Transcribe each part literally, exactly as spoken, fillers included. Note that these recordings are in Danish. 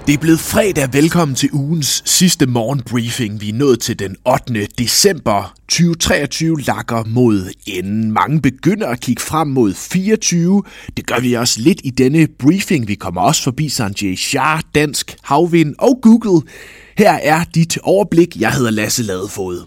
Det er blevet fredag. Velkommen til ugens sidste morgenbriefing. Vi er nået til den ottende december. tyve treogtyve lakker mod enden. Mange begynder at kigge frem mod fireogtyve. Det gør vi også lidt i denne briefing. Vi kommer også forbi Sanjay Shah, Dansk Havvind og Google. Her er dit overblik. Jeg hedder Lasse Ladefoged.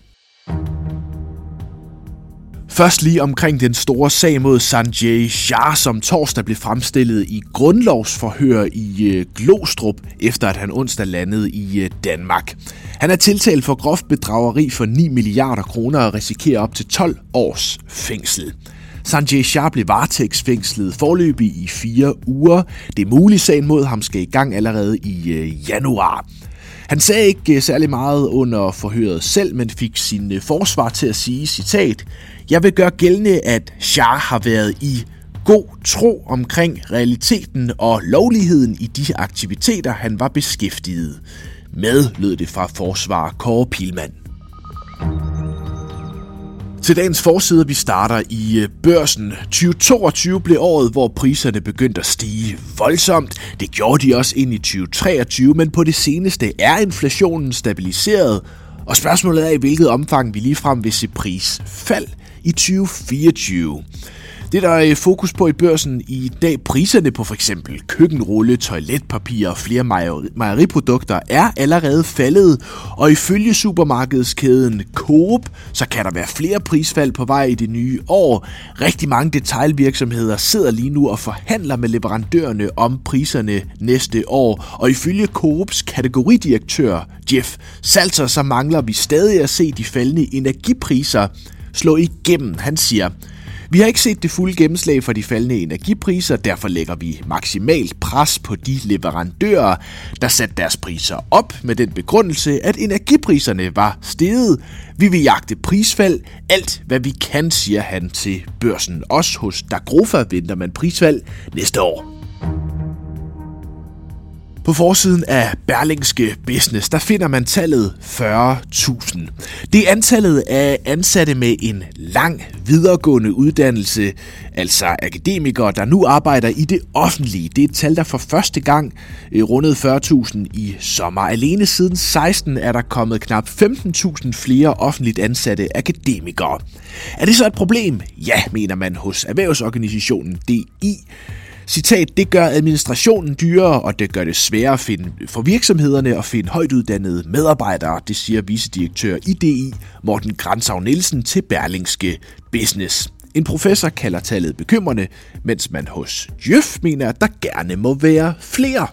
Først lige omkring den store sag mod Sanjay Shah, som torsdag blev fremstillet i grundlovsforhør i Glostrup, efter at han onsdag landede i Danmark. Han er tiltalt for groft bedrageri for ni milliarder kroner og risikerer op til tolv års fængsel. Sanjay Shah blev varetægtsfængslet foreløbig i fire uger. Det er muligt, sagen mod ham skal i gang allerede i januar. Han sagde ikke særlig meget under forhøret selv, men fik sin forsvar til at sige, citat, "Jeg vil gøre gældende, at Shah har været i god tro omkring realiteten og lovligheden i de aktiviteter, han var beskæftiget med," lød det fra forsvarer Kåre Pilman. Til dagens forside, vi starter i børsen. tyve toogtyve blev året, hvor priserne begyndte at stige voldsomt. Det gjorde de også ind i tyve treogtyve, men på det seneste er inflationen stabiliseret, og spørgsmålet er, i hvilket omfang vi ligefrem vil se prisfald i tyve fireogtyve. Det der er fokus på i børsen i dag, priserne på f.eks. køkkenrulle, toiletpapir og flere mejeriprodukter er allerede faldet, og ifølge supermarkedskæden Coop, så kan der være flere prisfald på vej i det nye år. Rigtig mange detailvirksomheder sidder lige nu og forhandler med leverandørerne om priserne næste år, og ifølge Coops kategoridirektør Jeff Salter, så mangler vi stadig at se de faldende energipriser slå igennem. Han siger: "Vi har ikke set det fulde gennemslag for de faldende energipriser, derfor lægger vi maksimalt pres på de leverandører, der satte deres priser op med den begrundelse, at energipriserne var steget. Vi vil jagte prisfald, alt hvad vi kan," siger han til børsen. Også hos Dagrofa venter man prisfald næste år. På forsiden af Berlingske Business, der finder man tallet fyrre tusind. Det er antallet af ansatte med en lang videregående uddannelse, altså akademikere, der nu arbejder i det offentlige. Det er et tal, der for første gang rundede fyrre tusind i sommer. Alene siden seksten er der kommet knap femten tusind flere offentligt ansatte akademikere. Er det så et problem? Ja, mener man hos erhvervsorganisationen D I. Citat, "Det gør administrationen dyrere, og det gør det sværere at finde for virksomhederne at finde højt uddannede medarbejdere," det siger vicedirektør i D I, Morten Grantzau Nielsen, til Berlingske Business. En professor kalder tallet bekymrende, mens man hos Djøf mener, at der gerne må være flere.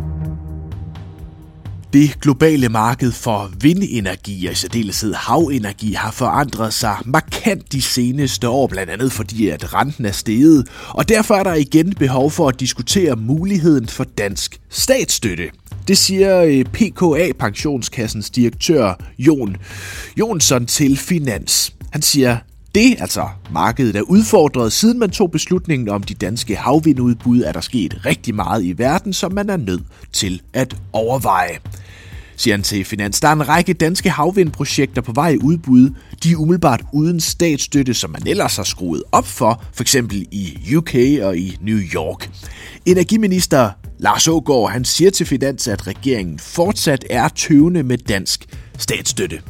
Det globale marked for vindenergi og i særdeleshed havenergi har forandret sig markant de seneste år, blandt andet fordi at renten er steget, og derfor er der igen behov for at diskutere muligheden for dansk statsstøtte. Det siger P K A-pensionskassens direktør Jon Jonsson til Finans. Han siger: "Det, altså markedet, er udfordret. Siden man tog beslutningen om de danske havvindudbud, er der sket rigtig meget i verden, som man er nødt til at overveje," siger han til Finans. Der er en række danske havvindprojekter på vej i udbud. De er umiddelbart uden statsstøtte, som man ellers har skruet op for, f.eks. i U K og i New York. Energiminister Lars Aagaard, han siger til Finans, at regeringen fortsat er tøvende med dansk statsstøtte.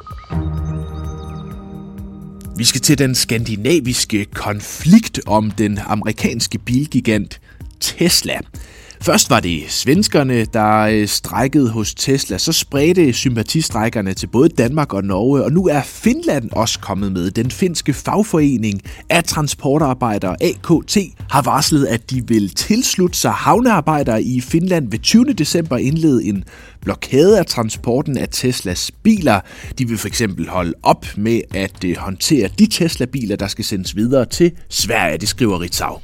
Vi skal til den skandinaviske konflikt om den amerikanske bilgigant Tesla. Først var det svenskerne, der strejkede hos Tesla, så spredte sympatistrejkerne til både Danmark og Norge, og nu er Finland også kommet med. Den finske fagforening af transportarbejdere A K T har varslet, at de vil tilslutte sig havnearbejdere i Finland ved tyvende december indlede en blokade af transporten af Teslas biler. De vil fx holde op med at håndtere de Tesla-biler, der skal sendes videre til Sverige, det skriver Ritzau.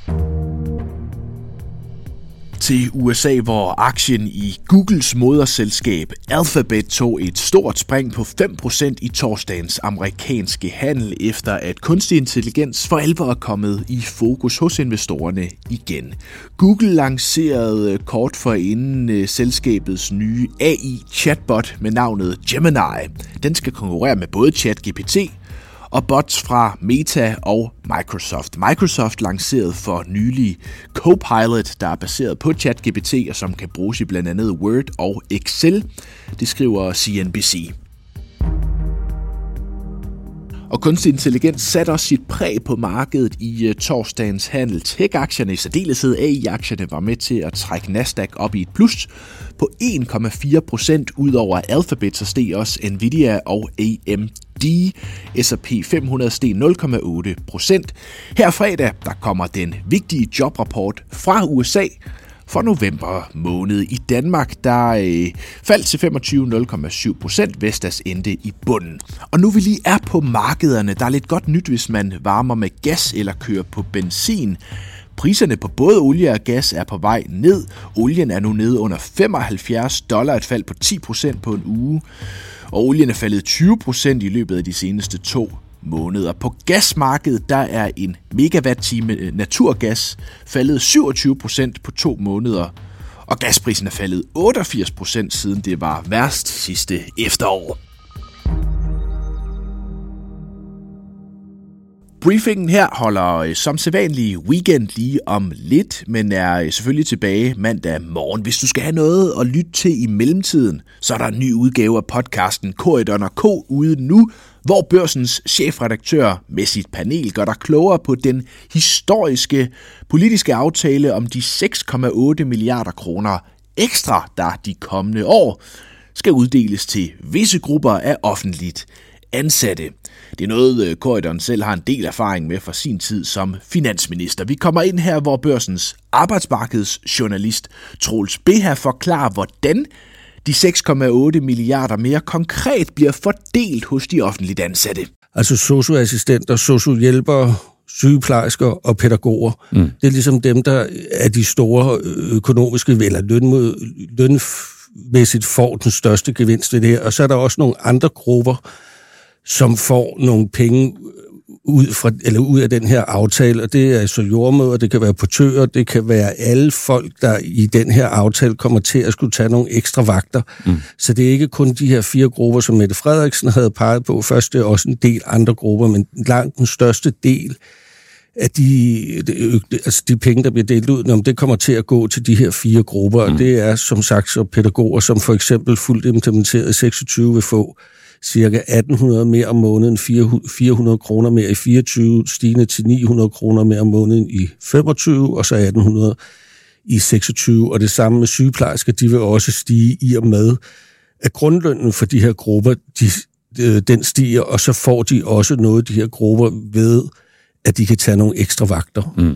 Til U S A, hvor aktien i Googles moderselskab Alphabet tog et stort spring på fem procent i torsdagens amerikanske handel, efter at kunstig intelligens for alvor er kommet i fokus hos investorerne igen. Google lancerede kort forinden selskabets nye A I-chatbot med navnet Gemini. Den skal konkurrere med både ChatGPT og bots fra Meta og Microsoft. Microsoft lancerede for nylig Copilot, der er baseret på ChatGPT og som kan bruges i blandt andet Word og Excel. Det skriver C N B C. Og kunstig intelligens satte også sit præg på markedet i uh, torsdagens handel. Tech-aktierne, i særdeleshed A I-aktierne, var med til at trække Nasdaq op i et plus på en komma fire procent. Udover Alphabet, så steg også Nvidia og A M D. S og P fem hundrede steg nul komma otte procent. Her fredag, der kommer den vigtige jobrapport fra U S A, for november måned. I Danmark, der øh, faldt til femogtyve nul komma syv procent. Vestas endte i bunden. Og nu vi lige er på markederne, der er lidt godt nyt, hvis man varmer med gas eller kører på benzin. Priserne på både olie og gas er på vej ned. Olien er nu nede under femoghalvfjerds dollar, et fald på ti procent på en uge. Og olien er faldet tyve procent i løbet af de seneste to måneder. På gasmarkedet, der er en megawatt-time naturgas faldet syvogtyve procent på to måneder, og gasprisen er faldet otteogfirs procent siden det var værst sidste efterår. Briefingen her holder som sædvanlig weekend lige om lidt, men er selvfølgelig tilbage mandag morgen. Hvis du skal have noget at lytte til i mellemtiden, så er der en ny udgave af podcasten Corydon og Co. ude nu, hvor Børsens chefredaktør med sit panel gør dig klogere på den historiske politiske aftale om de seks komma otte milliarder kroner ekstra, der de kommende år skal uddeles til visse grupper af offentligt ansatte. Det er noget, Corydon selv har en del erfaring med fra sin tid som finansminister. Vi kommer ind her, hvor Børsens arbejdsmarkedsjournalist Troels Beha forklarer, hvordan de seks komma otte milliarder mere konkret bliver fordelt hos de offentligt ansatte. Altså sosu-assistenter, sosu-hjælpere, sygeplejersker og pædagoger. Mm. Det er ligesom dem, der er de store økonomiske, eller løn, lønmæssigt får den største gevinst ved det her. Og så er der også nogle andre grupper, som får nogle penge ud, fra, eller ud af den her aftale, og det er altså jordemødre, det kan være portører, det kan være alle folk, der i den her aftale kommer til at skulle tage nogle ekstra vagter. Mm. Så det er ikke kun de her fire grupper, som Mette Frederiksen havde peget på. Først det er også en del andre grupper, men langt den største del af de, de, altså de penge, der bliver delt ud, det kommer til at gå til de her fire grupper, mm. og det er som sagt så pædagoger, som for eksempel fuldt implementeret i seksogtyve vil få cirka atten hundrede mere om måneden, fire hundrede kroner mere i fireogtyve, stigende til ni hundrede kroner mere om måneden i femogtyve, og så atten hundrede i seksogtyve. Og det samme med sygeplejersker, de vil også stige i og med, at grundlønnen for de her grupper, de, den stiger, og så får de også noget af de her grupper ved, at de kan tage nogle ekstra vagter. Mm.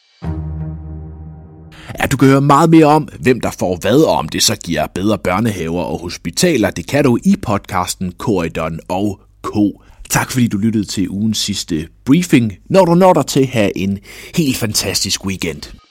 Ja, du kan høre meget mere om, hvem der får hvad, og om det så giver bedre børnehaver og hospitaler. Det kan du i podcasten Corydon og Co. Tak fordi du lyttede til ugens sidste briefing. Når du når dig til, have en helt fantastisk weekend.